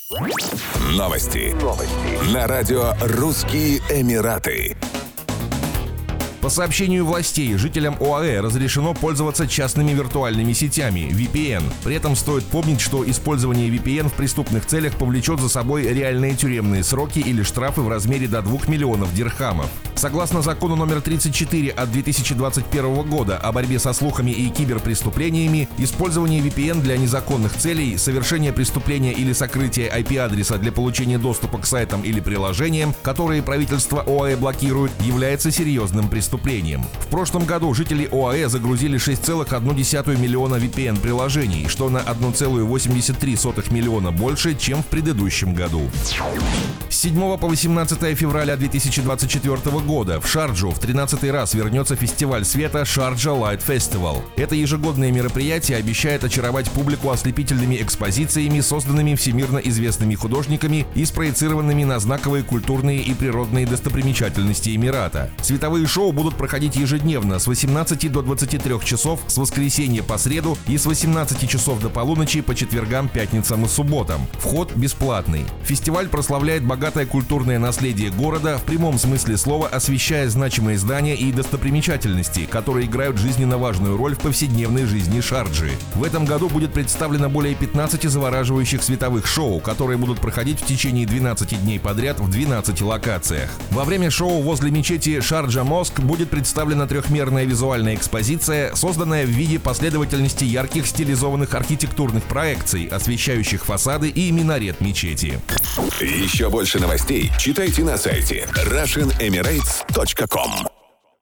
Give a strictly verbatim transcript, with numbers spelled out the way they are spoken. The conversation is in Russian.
Новости. Новости. На радио «Русские Эмираты». По сообщению властей, жителям ОАЭ разрешено пользоваться частными виртуальными сетями – ви пи эн. При этом стоит помнить, что использование ви пи эн в преступных целях повлечет за собой реальные тюремные сроки или штрафы в размере до двух миллионов дирхамов. Согласно закону номер тридцать четыре от две тысячи двадцать первого года о борьбе со слухами и киберпреступлениями, использование ви пи эн для незаконных целей, совершение преступления или сокрытие ай пи-адреса для получения доступа к сайтам или приложениям, которые правительство ОАЭ блокирует, является серьезным преступлением. В прошлом году жители ОАЭ загрузили шесть целых одна десятая миллиона ви пи эн-приложений, что на одна целая восемьдесят три сотых миллиона больше, чем в предыдущем году. С седьмого по восемнадцатое февраля две тысячи двадцать четвёртого года в Шарджу в тринадцатый раз вернется фестиваль света Sharjah Light Festival. Это ежегодное мероприятие обещает очаровать публику ослепительными экспозициями, созданными всемирно известными художниками и спроецированными на знаковые культурные и природные достопримечательности Эмирата. Световые шоу будут проходить ежедневно с восемнадцати до двадцати трёх часов с воскресенья по среду и с восемнадцати часов до полуночи по четвергам, пятницам и субботам. Вход бесплатный. Фестиваль прославляет богатое культурное наследие города, в прямом смысле слова освещая значимые здания и достопримечательности, которые играют жизненно важную роль в повседневной жизни Шарджи. В этом году будет представлено более пятнадцати завораживающих световых шоу, которые будут проходить в течение двенадцати дней подряд в двенадцати локациях. Во время шоу возле мечети Шарджа Моск будет представлена трехмерная визуальная экспозиция, созданная в виде последовательности ярких стилизованных архитектурных проекций, освещающих фасады и минарет мечети. Еще больше новостей читайте на сайте Russian Emirates точка ком.